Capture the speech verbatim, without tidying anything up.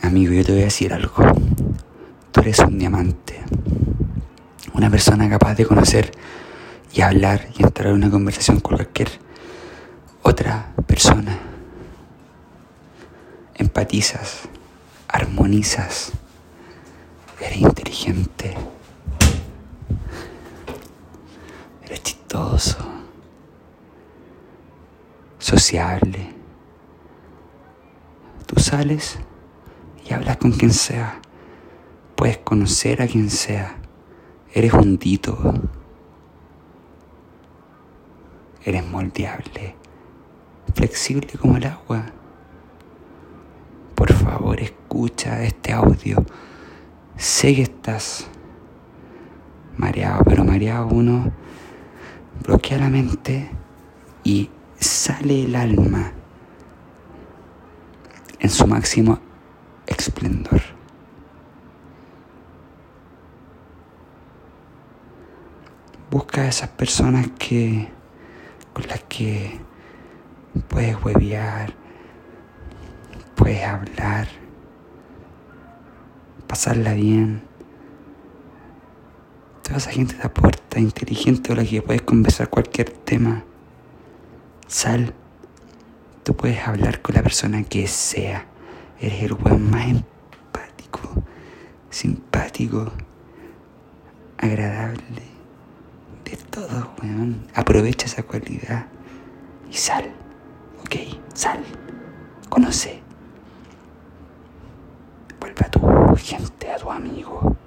Amigo, yo te voy a decir algo. Tú eres un diamante. Una persona capaz de conocer y hablar y entrar en una conversación con cualquier otra persona. Empatizas, armonizas, eres inteligente, eres chistoso, sociable. Tú sales y hablas con quien sea, puedes conocer a quien sea, eres hondito, eres moldeable, flexible como el agua. Por favor, escucha este audio. Sé que estás mareado, pero mareado uno bloquea la mente y sale el alma en su máximo esplendor. Busca a esas personas que con las que puedes huevear, puedes hablar, pasarla bien. Toda esa gente te aporta, inteligente, con la que puedes conversar cualquier tema. Sal, tú puedes hablar con la persona que sea. Eres el weón más empático, simpático, agradable, de todo, weón. Aprovecha esa cualidad y sal, ok, sal, conoce. Vuelve a tu gente, a tu amigo.